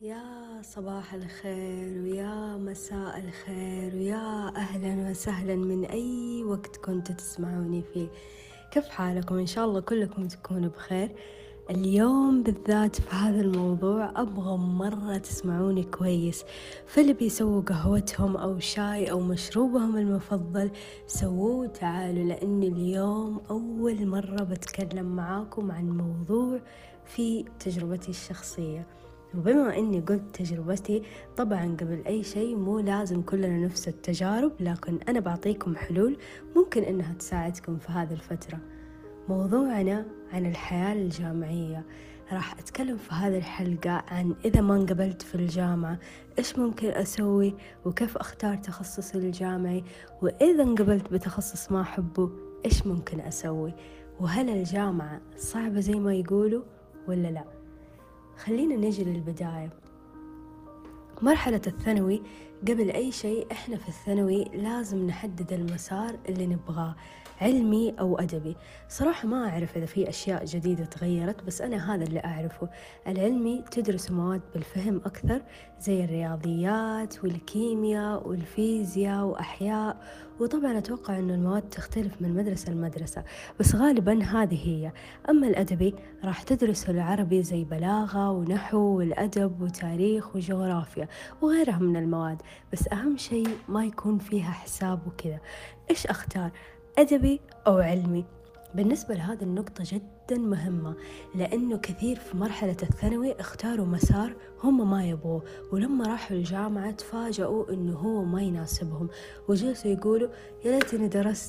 يا صباح الخير ويا مساء الخير ويا أهلا وسهلا من أي وقت كنتوا تسمعوني فيه. كيف حالكم؟ إن شاء الله كلكم تكونوا بخير. اليوم بالذات في هذا الموضوع أبغى مرة تسمعوني كويس. فاللي بيسووا قهوتهم أو شاي أو مشروبهم المفضل سووه تعالوا، لأن اليوم أول مرة بتكلم معاكم عن موضوع في تجربتي الشخصية. وبما أني قلت تجربتي، طبعا قبل أي شيء مو لازم كلنا نفس التجارب، لكن أنا بعطيكم حلول ممكن أنها تساعدكم في هذه الفترة. موضوعنا عن الحياة الجامعية. راح أتكلم في هذه الحلقة عن إذا ما انقبلت في الجامعة إيش ممكن أسوي، وكيف أختار تخصصي الجامعي، وإذا انقبلت بتخصص ما أحبه إيش ممكن أسوي، وهل الجامعة صعبة زي ما يقولوا ولا لا. خلينا نجي للبداية. مرحلة الثانوي، قبل أي شيء إحنا في الثانوي لازم نحدد المسار اللي نبغاه، علمي أو أدبي. صراحة ما أعرف إذا في أشياء جديدة تغيرت، بس أنا هذا اللي أعرفه. العلمي تدرس مواد بالفهم أكثر، زي الرياضيات والكيمياء والفيزياء وأحياء، وطبعا أتوقع أن المواد تختلف من مدرسة لمدرسة، بس غالبا هذه هي. أما الأدبي راح تدرس العربي زي بلاغة ونحو والأدب وتاريخ وجغرافيا وغيرها من المواد، بس أهم شيء ما يكون فيها حساب وكذا. إيش أختار، أدبي أو علمي؟ بالنسبة لهذه النقطة جدا مهمة، لأنه كثير في مرحلة الثانوي اختاروا مسار هم ما يبغوه، ولما راحوا الجامعة تفاجأوا إنه هو ما يناسبهم، وجلسوا يقولوا يا ليتني درست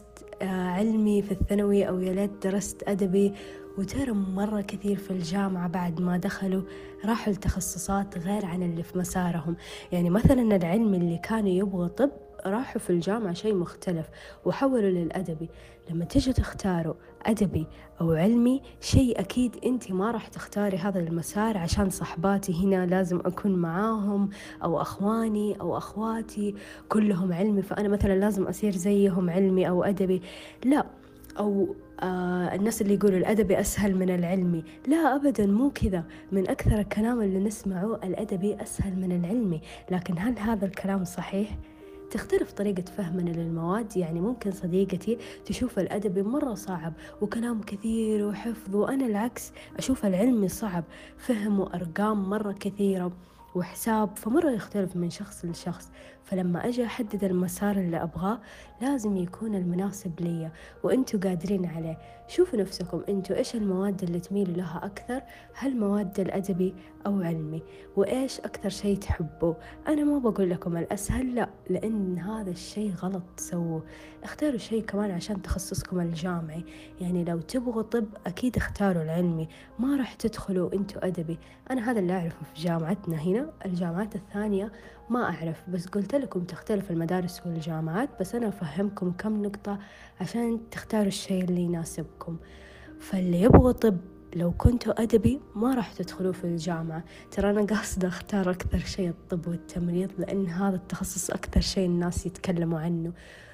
علمي في الثانوي، أو يا ليت درست أدبي. وترى مرة كثير في الجامعة بعد ما دخلوا راحوا لتخصصات غير عن اللي في مسارهم. يعني مثلا العلمي اللي كانوا يبغوا طب راحوا في الجامعة شيء مختلف وحولوا للأدبي. لما تيجي تختاروا أدبي أو علمي، شيء أكيد أنت ما راح تختاري هذا المسار عشان صحباتي هنا لازم أكون معاهم، أو أخواني أو أخواتي كلهم علمي فأنا مثلا لازم أصير زيهم علمي أو أدبي. لا، أو الناس اللي يقولوا الأدبي أسهل من العلمي، لا أبدا مو كذا. من أكثر الكلام اللي نسمعه الأدبي أسهل من العلمي، لكن هل هذا الكلام صحيح؟ تختلف طريقة فهمنا للمواد. يعني ممكن صديقتي تشوف الأدبي مرة صعب وكلام كثير وحفظ، وأنا العكس أشوف العلمي صعب، فهم وأرقام مرة كثيرة وحساب، فمرة يختلف من شخص لشخص. فلما أجي أحدد المسار اللي أبغاه لازم يكون المناسب لي وإنتوا قادرين عليه. شوفوا نفسكم إنتوا إيش المواد اللي تميلوا لها أكثر، هل مواد الأدبي أو علمي، وإيش أكثر شيء تحبوه. أنا ما بقول لكم الأسهل، لا، لأن هذا الشيء غلط تسووه. اختاروا شيء كمان عشان تخصصكم الجامعي. يعني لو تبغوا طب أكيد اختاروا العلمي، ما راح تدخلوا أنتوا أدبي. أنا هذا اللي أعرفه في جامعتنا هنا. الجامعات الثانية ما أعرف، بس قلت لكم تختلف المدارس والجامعات، بس أنا أفهمكم كم نقطة عشان تختاروا الشيء اللي يناسبكم. فاللي يبغوا طب لو كنتوا أدبي ما راح تدخلوا في الجامعة. ترى أنا قاصدة أختار أكثر شيء الطب والتمريض، لأن هذا التخصص أكثر شيء الناس يتكلموا عنه.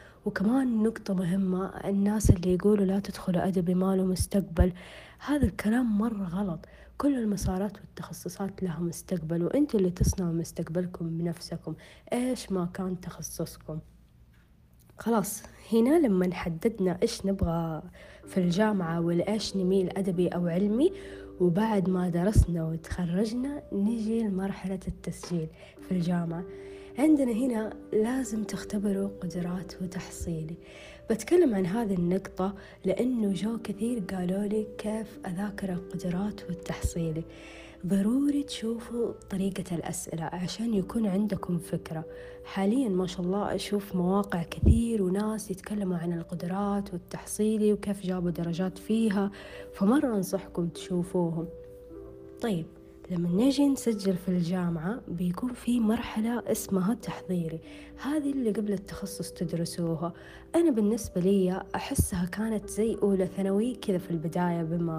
وكمان نقطة مهمة، الناس اللي يقولوا لا تدخلوا أدبي ما له مستقبل، هذا الكلام مرة غلط. كل المسارات والتخصصات لها مستقبل، وأنتوا اللي تصنعوا مستقبلكم بنفسكم إيش ما كان تخصصكم. خلاص، هنا لما حددنا إيش نبغى في الجامعة والإيش نميل أدبي أو علمي، وبعد ما درسنا وتخرجنا نجي لمرحلة التسجيل في الجامعة. عندنا هنا لازم تختبروا قدرات وتحصيلي. بتكلم عن هذه النقطة لأنه جو كثير قالوا لي كيف أذاكر القدرات والتحصيلي. ضروري تشوفوا طريقة الأسئلة عشان يكون عندكم فكرة. حاليا ما شاء الله أشوف مواقع كثير وناس يتكلموا عن القدرات والتحصيلي وكيف جابوا درجات فيها، فمرة أنصحكم تشوفوهم. طيب، لما نجي نسجل في الجامعة بيكون في مرحلة اسمها تحضيري، هذه اللي قبل التخصص تدرسوها. أنا بالنسبة لي أحسها كانت زي أولى ثانوي كذا في البداية، بما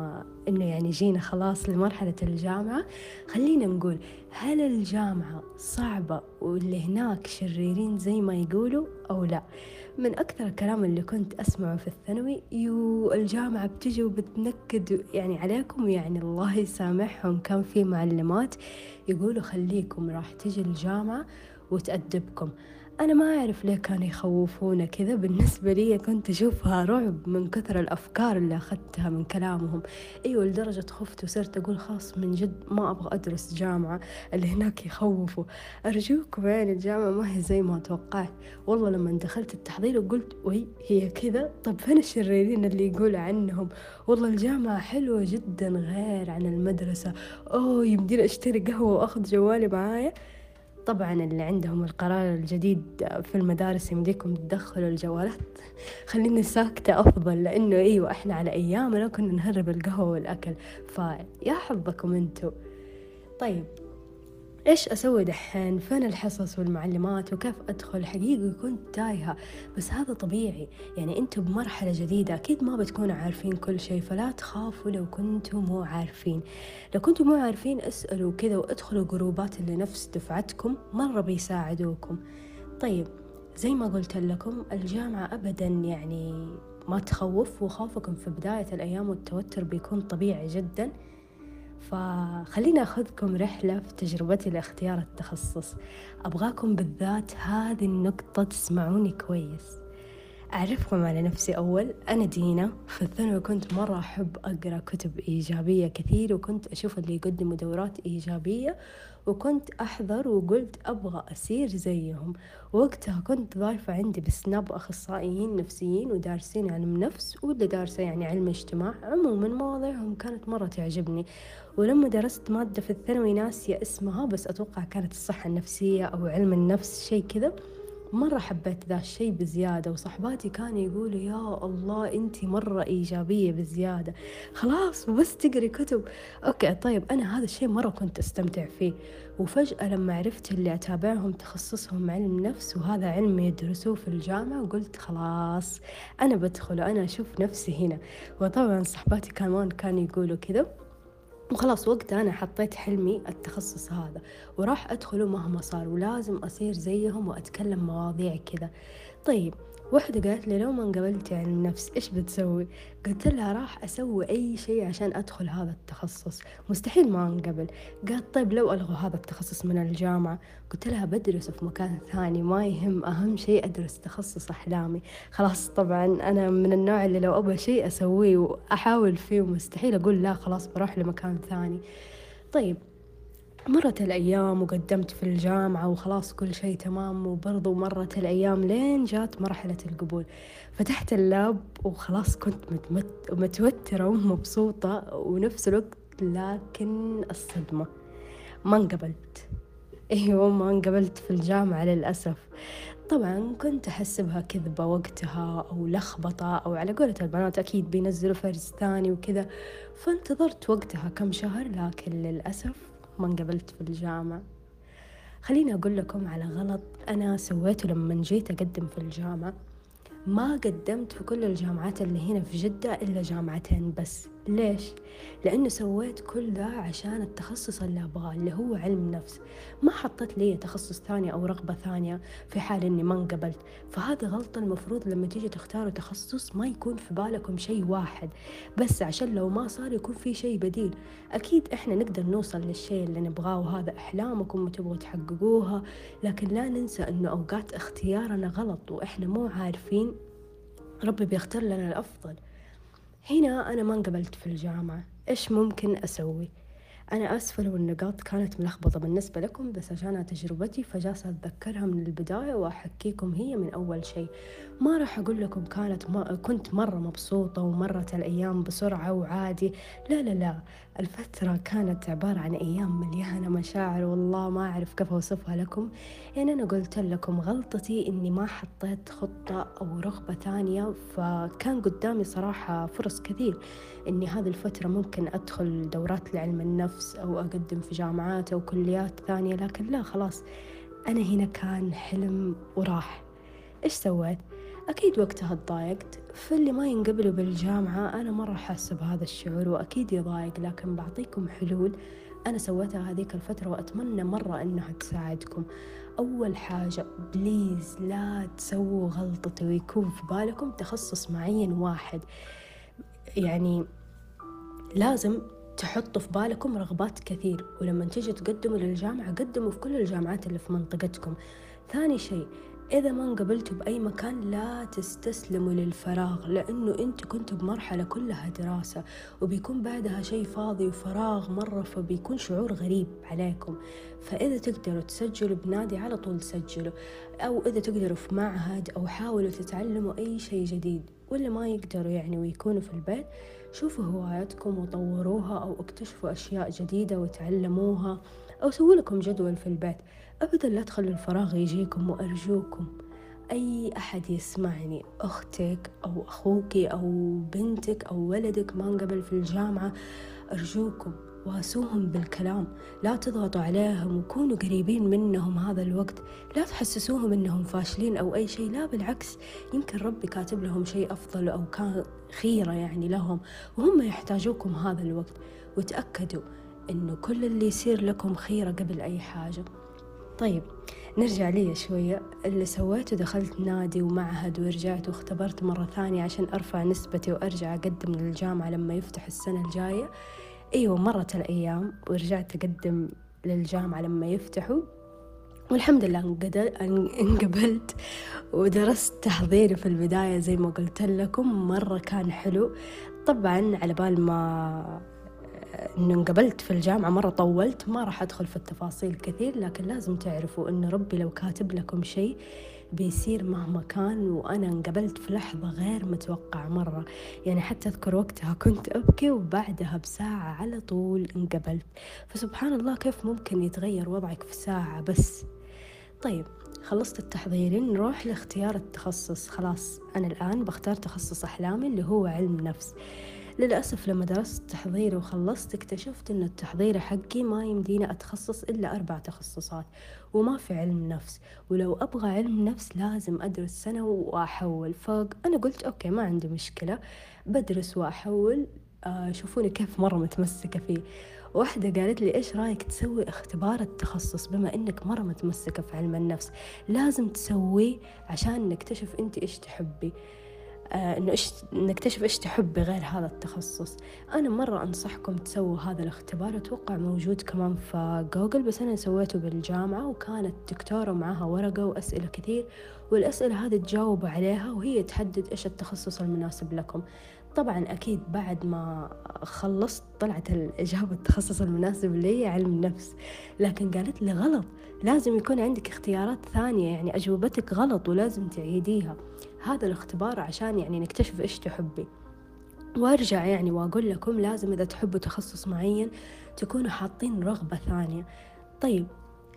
إنه يعني جينا خلاص لمرحلة الجامعة، خلينا نقول هل الجامعة صعبة واللي هناك شريرين زي ما يقولوا أو لا؟ من أكثر الكلام اللي كنت أسمعه في الثانوي الجامعة بتجي وبتنكد يعني عليكم، يعني الله يسامحهم، كان في معلمات يقولوا خليكم راح تجي الجامعة وتأدبكم. أنا ما أعرف ليه كانوا يخوفونا كذا، بالنسبة لي كنت أشوفها رعب من كثر الأفكار اللي أخذتها من كلامهم. أيوة لدرجة خفت وصرت أقول خلاص من جد ما أبغى أدرس جامعة، اللي هناك يخوفوا. أرجوكم يعني الجامعة ما هي زي ما توقعت. والله لما دخلت التحضير وقلت وي هي كذا، طب فين الشريرين اللي يقول عنهم؟ والله الجامعة حلوة جدا غير عن المدرسة. أوه يمديني أشتري قهوة وأخذ جوالي معايا. طبعا اللي عندهم القرار الجديد في المدارس يمديكم تدخلوا الجوالات، خليني ساكتة أفضل، لأنه أيوة إحنا على أيامنا كنا نهرب القهوة والأكل، فيا حظكم أنتوا. طيب إيش أسوي دحين؟ فين الحصص والمعلمات وكيف أدخل؟ حقيقي كنت تايهة، بس هذا طبيعي، يعني أنتوا بمرحلة جديدة أكيد ما بتكونوا عارفين كل شيء، فلا تخافوا لو كنتوا مو عارفين. لو كنتوا مو عارفين اسألوا كذا وادخلوا جروبات اللي نفس دفعتكم، مرة بيساعدوكم. طيب زي ما قلت لكم الجامعة أبدا يعني ما تخوف، وخوفكم في بداية الأيام والتوتر بيكون طبيعي جدا. فخليني أخذكم رحلة في تجربتي لاختيار التخصص. أبغاكم بالذات هذه النقطة تسمعوني كويس. أعرفكم على نفسي أول، أنا دينا. في الثانوي كنت مرة أحب أقرأ كتب إيجابية كثير، وكنت أشوف اللي يقدموا دورات إيجابية وكنت أحضر، وقلت أبغى أصير زيهم. وقتها كنت ضايفة عندي بسناب أخصائيين نفسيين ودارسين علم نفس، واللي دارسة يعني علم اجتماع، عموما مواضيعهم كانت مرة تعجبني. ولما درست مادة في الثانوي ناسية اسمها، بس أتوقع كانت الصحة النفسية أو علم النفس شيء كذا، مرة حبيت ذا الشيء بزيادة، وصحباتي كانوا يقولوا يا الله أنتي مرة إيجابية بزيادة، خلاص بس تقري كتب. أوكي طيب أنا هذا الشيء مرة كنت أستمتع فيه. وفجأة لما عرفت اللي أتابعهم تخصصهم علم نفس وهذا علم يدرسوه في الجامعة، قلت خلاص أنا بدخل وأنا أشوف نفسي هنا. وطبعا صحباتي كمان كانوا يقولوا كذا، وخلاص وقتها أنا حطيت حلمي التخصص هذا وراح أدخله مهما صار، ولازم أصير زيهم وأتكلم مواضيع كذا. طيب واحدة قالت لي لو ما انقبلتي علم نفس إيش بتسوي؟ قلت لها راح أسوي أي شيء عشان أدخل هذا التخصص، مستحيل ما انقبل. قالت طيب لو ألغوا هذا التخصص من الجامعة؟ قلت لها بدرس في مكان ثاني ما يهم، أهم شيء أدرس تخصص أحلامي. خلاص طبعا أنا من النوع اللي لو أبغى شيء أسويه وأحاول فيه، ومستحيل أقول لا خلاص بروح لمكان ثاني. طيب مرت الأيام وقدمت في الجامعة وخلاص كل شيء تمام، وبرضو مرت الأيام لين جات مرحلة القبول. فتحت اللاب وخلاص كنت متوترة ومبسوطة ونفس الوقت، لكن الصدمة ما انقبلت. ايوه ما انقبلت في الجامعة للأسف. طبعا كنت أحسبها كذبة وقتها أو لخبطة، أو على قولة البنات أكيد بينزلوا فرز ثاني وكذا. فانتظرت وقتها كم شهر، لكن للأسف ما انقبلت في الجامعة. خليني أقول لكم على غلط أنا سويته لما جيت أقدم في الجامعة. ما قدمت في كل الجامعات اللي هنا في جدة إلا جامعتين بس. ليش؟ لأنه سويت كل ذا عشان التخصص اللي أبغاه اللي هو علم نفس، ما حطيت لي تخصص ثاني أو رغبة ثانية في حال إني ما انقبلت. فهذا غلطة، المفروض لما تيجي تختاروا تخصص ما يكون في بالكم شيء واحد بس، عشان لو ما صار يكون في شيء بديل. أكيد إحنا نقدر نوصل للشيء اللي نبغاه وهذا أحلامكم وتبغوا تحققوها، لكن لا ننسى إنه أوقات اختيارنا غلط وإحنا مو عارفين ربي بيختار لنا الأفضل. هنا أنا ما انقبلت في الجامعة، إيش ممكن أسوي؟ أنا آسفة لو النقاط كانت ملخبطة بالنسبة لكم، بس عشان تجربتي فجالسة أتذكرها من البداية وأحكيكم هي من أول شيء. ما راح أقول لكم كنت مرة مبسوطة ومرت الأيام بسرعة وعادي، لا لا لا. الفترة كانت عبارة عن أيام مليانة مشاعر، والله ما أعرف كيف أوصفها لكم. يعني أنا قلت لكم غلطتي إني ما حطيت خطة أو رغبة ثانية، فكان قدامي صراحة فرص كثير إني هذه الفترة ممكن أدخل دورات لعلم النفس أو أقدم في جامعات أو كليات ثانية، لكن لا خلاص أنا هنا كان حلم وراح. إيش سويت؟ أكيد وقتها اتضايقت. فاللي ما ينقبلوا بالجامعة أنا مرة حاسة بهذا الشعور وأكيد يضايق، لكن بعطيكم حلول أنا سويتها هذيك الفترة وأتمنى مرة إنها تساعدكم. أول حاجة بليز لا تسووا غلطتي ويكون في بالكم تخصص معين واحد، يعني لازم تحطوا في بالكم رغبات كثير، ولما تيجي تقدموا للجامعة قدموا في كل الجامعات اللي في منطقتكم. ثاني شيء، إذا ما انقبلتوا بأي مكان لا تستسلموا للفراغ، لأنه أنتوا كنتوا بمرحلة كلها دراسة وبيكون بعدها شيء فاضي وفراغ مرة، فبيكون شعور غريب عليكم. فإذا تقدروا تسجلوا بنادي على طول سجلوا، أو إذا تقدروا في معهد، أو حاولوا تتعلموا أي شيء جديد. واللي ما يقدروا يعني ويكونوا في البيت، شوفوا هواياتكم وطوروها، أو اكتشفوا أشياء جديدة وتعلموها، أو سووا لكم جدول في البيت. أبدا لا تخلوا الفراغ يجيكم. وأرجوكم أي أحد يسمعني، أختك أو أخوك أو بنتك أو ولدك ما انقبل في الجامعة، أرجوكم واسوهم بالكلام، لا تضغطوا عليهم وكونوا قريبين منهم هذا الوقت. لا تحسسوهم إنهم فاشلين أو أي شيء، لا بالعكس، يمكن ربي كاتب لهم شيء أفضل أو كان خيرة يعني لهم، وهم يحتاجوكم هذا الوقت. وتأكدوا إنه كل اللي يصير لكم خيرة قبل أي حاجة. طيب نرجع لي شوية. اللي سويته دخلت نادي ومعهد ورجعت واختبرت مرة ثانية عشان أرفع نسبتي وأرجع أقدم للجامعة لما يفتح السنة الجاية. أيوة مرت الأيام ورجعت أقدم للجامعة لما يفتحوا، والحمد لله انقبلت. ودرست تحضيري في البداية زي ما قلت لكم مرة كان حلو. طبعا على بال ما إنه انقبلت في الجامعة مرة طولت، ما راح أدخل في التفاصيل كثير، لكن لازم تعرفوا إنه ربي لو كاتب لكم شيء بيصير مهما كان. وأنا انقبلت في لحظة غير متوقعة مرة، يعني حتى أذكر وقتها كنت أبكي وبعدها بساعة على طول انقبلت. فسبحان الله كيف ممكن يتغير وضعك في ساعة بس. طيب خلصت التحضيري، نروح لاختيار التخصص. خلاص أنا الآن بختار تخصص أحلامي اللي هو علم نفس. للأسف لما درست تحضيري وخلصت اكتشفت أن التحضير حقي ما يمدينا أتخصص إلا 4 تخصصات وما في علم نفس، ولو أبغى علم نفس لازم أدرس سنة وأحول. فأنا قلت أوكي ما عندي مشكلة بدرس وأحول. شوفوني كيف مرة متمسكة فيه. واحدة قالت لي إيش رأيك تسوي اختبار التخصص بما إنك مرة متمسكة في علم النفس، لازم تسويه عشان نكتشف أنت إيش تحبي. نكتشف إيش تحبي غير هذا التخصص. أنا مرة أنصحكم تسووا هذا الاختبار، أتوقع موجود كمان في جوجل، بس أنا سويته بالجامعة وكانت دكتورة معها ورقة وأسئلة كثير، والأسئلة هذه تجاوبوا عليها وهي تحدد إيش التخصص المناسب لكم. طبعا أكيد بعد ما خلصت طلعت الإجابة التخصص المناسب لي علم نفس، لكن قالت لي غلط، لازم يكون عندك اختيارات ثانية، يعني أجوبتك غلط ولازم تعيديها. هذا الاختبار عشان يعني نكتشف إيش تحبي. وارجع يعني وأقول لكم لازم إذا تحبوا تخصص معين تكونوا حاطين رغبة ثانية. طيب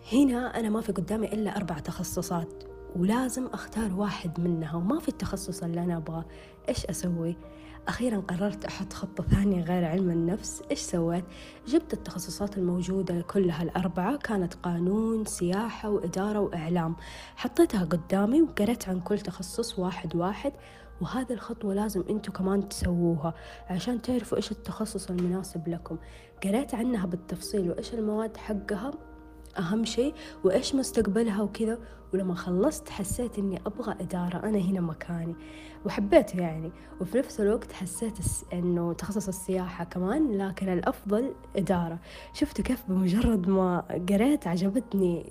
هنا أنا ما في قدامي إلا 4 تخصصات ولازم أختار واحد منها وما في التخصص اللي أنا أبغاه. إيش أسوي؟ أخيرا قررت أحط خطة ثانية غير علم النفس. إيش سويت؟ جبت التخصصات الموجودة كلها ال4، كانت قانون، سياحة، وإدارة، وإعلام، حطيتها قدامي وقرأت عن كل تخصص واحد واحد. وهذه الخطوة لازم أنتوا كمان تسووها عشان تعرفوا إيش التخصص المناسب لكم. قرأت عنها بالتفصيل وإيش المواد حقها أهم شيء وإيش مستقبلها وكذا. ولما خلصت حسيت إني أبغى إدارة، أنا هنا مكاني وحبيته يعني. وفي نفس الوقت حسيت إنه تخصص السياحة كمان، لكن الأفضل إدارة. شفتوا كيف بمجرد ما قريت عجبتني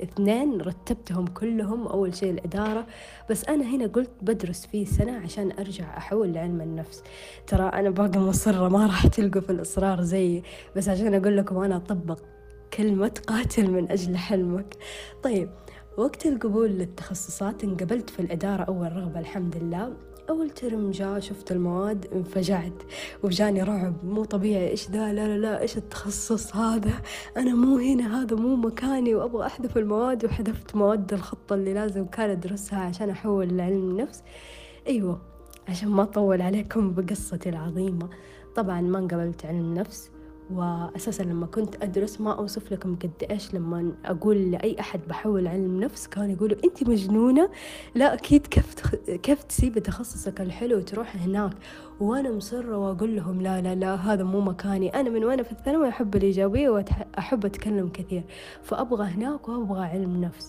2 رتبتهم كلهم. أول شيء الإدارة، بس أنا هنا قلت بدرس فيه سنة عشان أرجع أحول لعلم النفس. ترى أنا باقي مصرة، ما راح تلقوا في الإصرار زي، بس عشان أقول لكم أنا أطبق كلمة قاتل من أجل حلمك. طيب وقت القبول للتخصصات انقبلت في الإدارة أول رغبة الحمد لله. أول ترم جاء شفت المواد انفجعت وجاني رعب مو طبيعي. إيش ذا؟ لا لا لا، إيش التخصص هذا؟ أنا مو هنا، هذا مو مكاني، وأبغى أحذف المواد. وحذفت مواد الخطة اللي لازم كان أدرسها عشان أحول لعلم النفس. أيوة عشان ما أطول عليكم بقصتي العظيمة، طبعا ما انقبلت علم نفس وأساسا لما كنت أدرس ما أوصف لكم قد إيش لما أقول لأي أحد بحول علم نفس كانوا يقولوا أنت مجنونة، لا أكيد، كيف تسيبي تخصصك الحلو وتروحي هناك. وأنا مصرة وأقول لهم لا لا لا، هذا مو مكاني، أنا من وأنا في الثانوي أحب الإيجابية وأحب أتكلم كثير، فأبغى هناك وأبغى علم نفس.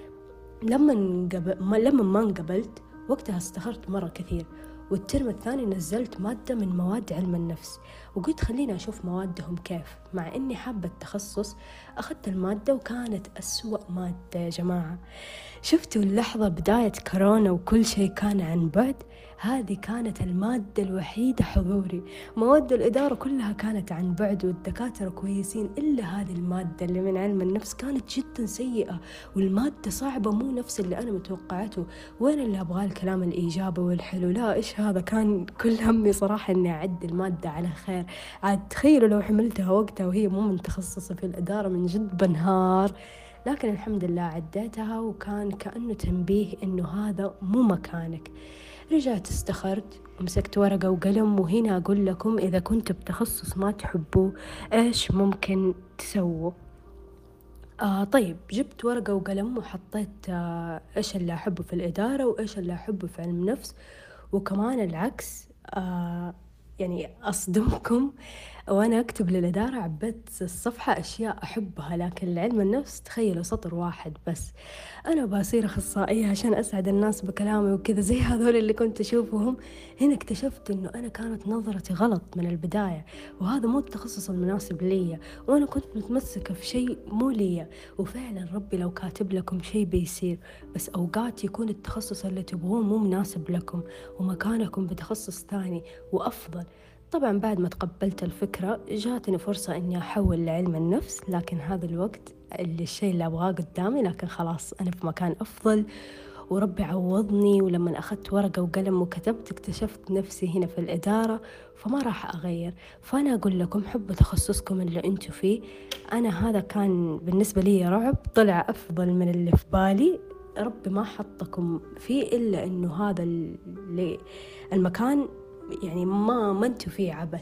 لما ما انقبلت وقتها استخرت مرة كثير، والترم الثاني نزلت مادة من مواد علم النفس، وقلت خليني أشوف موادهم كيف. مع إني حابة التخصص أخذت المادة وكانت أسوأ مادة يا جماعة. شفتوا اللحظة بداية كورونا وكل شيء كان عن بعد؟ هذه كانت المادة الوحيدة حضوري. مواد الإدارة كلها كانت عن بعد والدكاترة كويسين، إلا هذه المادة اللي من علم النفس كانت جدا سيئة، والمادة صعبة مو نفس اللي أنا متوقعته. وين اللي أبغاه الكلام الإيجابي والحلو؟ لا، إيش هذا؟ كان كل همي صراحة إني أعد المادة على خير. عاد تخيلوا لو حملتها وقتها وهي مو من تخصصي في الإدارة، من جد بنهار. لكن الحمد لله عديتها، وكان كأنه تنبيه إنه هذا مو مكانك. رجعت استخرت ومسكت ورقة وقلم، وهنا أقول لكم إذا كنت بتخصص ما تحبوه إيش ممكن تسووا. طيب، جبت ورقة وقلم وحطيت إيش اللي أحبه في الإدارة وإيش اللي أحبه في علم النفس، وكمان العكس. يعني أصدمكم، وأنا أكتب للإدارة عبيت الصفحة أشياء أحبها، لكن لعلم النفس تخيلوا سطر واحد بس. أنا بصير أخصائية عشان أسعد الناس بكلامي وكذا زي هذول اللي كنت أشوفهم. هنا اكتشفت إنه أنا كانت نظرتي غلط من البداية، وهذا مو التخصص المناسب لي، وأنا كنت متمسكة في شيء مو لي. وفعلا ربي لو كاتب لكم شيء بيصير، بس أوقات يكون التخصص اللي تبغوه مو مناسب لكم، ومكانكم بتخصص ثاني وأفضل. طبعا بعد ما تقبلت الفكرة جاتني فرصة إني أحول لعلم النفس، لكن هذا الوقت الشيء اللي أبغاه قدامي، لكن خلاص أنا في مكان أفضل وربي عوضني. ولما أخذت ورقة وقلم وكتبت اكتشفت نفسي هنا في الإدارة، فما راح أغير. فأنا أقول لكم حبوا تخصصكم اللي أنتوا فيه. أنا هذا كان بالنسبة لي رعب، طلع أفضل من اللي في بالي. ربي ما حطكم فيه إلا إنه هذا اللي المكان، يعني ما انتوا فيه عبث.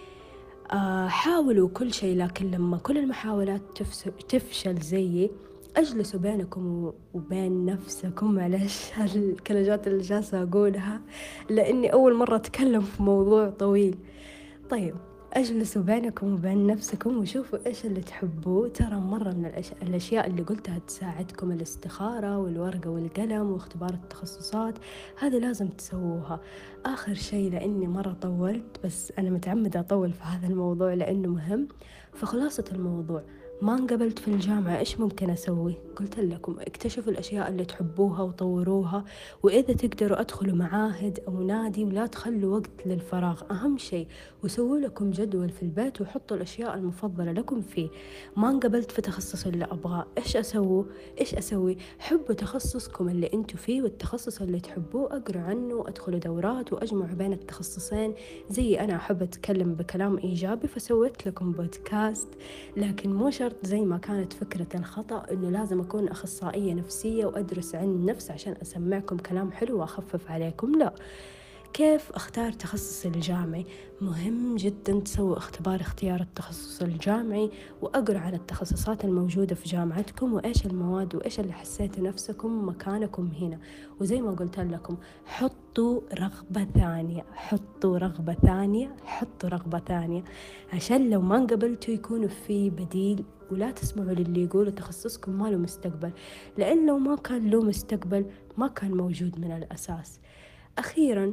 حاولوا كل شيء، لكن لما كل المحاولات تفشل زيي، اجلسوا بينكم وبين نفسكم. معلش هالكلمات اللي جالسة أقولها لأني أول مرة أتكلم في موضوع طويل. طيب، اجلسوا بينكم وبين نفسكم وشوفوا إيش اللي تحبوه. ترى مرة من الأشياء اللي قلتها تساعدكم، الاستخارة والورقة والقلم واختبار التخصصات، هذه لازم تسووها. آخر شيء، لأني مرة طولت، بس أنا متعمدة أطول في هذا الموضوع لأنه مهم. فخلاصة الموضوع، ما انقبلت في الجامعة إيش ممكن أسوي؟ قلت لكم اكتشفوا الأشياء اللي تحبوها وطوروها، وإذا تقدروا أدخلوا معاهد أو نادي، ولا تخلوا وقت للفراغ أهم شيء. وسووا لكم جدول في البيت وحطوا الأشياء المفضلة لكم فيه. ما انقبلت في تخصص اللي أبغاه، إيش أسوي؟ حبوا تخصصكم اللي أنتوا فيه، والتخصص اللي تحبوه أقرأ عنه وأدخلوا دورات وأجمع بين التخصصين. زي أنا أحب أتكلم بكلام إيجابي فسويت لكم بودكاست، لكن مو شرط زي ما كانت فكرة الخطأ إنه لازم أكون أخصائية نفسية وأدرس علم النفس عشان أسمعكم كلام حلو وأخفف عليكم. لا، كيف أختار تخصص الجامعي؟ مهم جدا تسووا اختبار اختيار التخصص الجامعي، وأقرأ عن التخصصات الموجودة في جامعتكم وإيش المواد وإيش اللي حسيتوا نفسكم مكانكم هنا. وزي ما قلت لكم، حطوا رغبة ثانية، حطوا رغبة ثانية، حطوا رغبة ثانية، عشان لو ما انقبلتوا يكونوا في بديل. ولا تسمعوا للي يقولوا تخصصكم ما له مستقبل، لأن لو ما كان له مستقبل ما كان موجود من الأساس. أخيراً،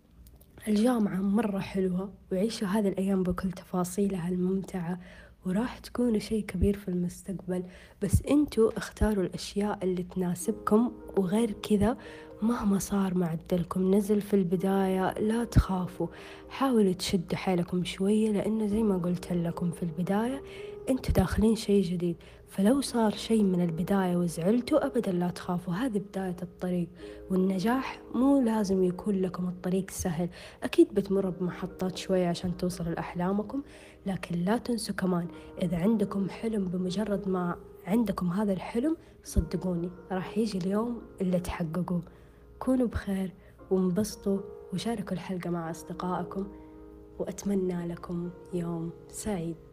الجامعة مرة حلوة، وعيشوا هذه الأيام بكل تفاصيلها الممتعة، وراح تكونوا شيء كبير في المستقبل. بس انتوا اختاروا الأشياء اللي تناسبكم، وغير كذا مهما صار معدلكم نزل في البداية لا تخافوا، حاولوا تشدوا حيلكم شوية، لأنه زي ما قلت لكم في البداية انتوا داخلين شيء جديد. فلو صار شيء من البداية وزعلتوا أبدا لا تخافوا، هذه بداية الطريق، والنجاح مو لازم يكون لكم الطريق سهل. أكيد بتمر بمحطات شوية عشان توصلوا لأحلامكم، لكن لا تنسوا كمان إذا عندكم حلم، بمجرد ما عندكم هذا الحلم صدقوني راح يجي اليوم اللي تحققوه. كونوا بخير وانبسطوا، وشاركوا الحلقة مع أصدقائكم، وأتمنى لكم يوم سعيد.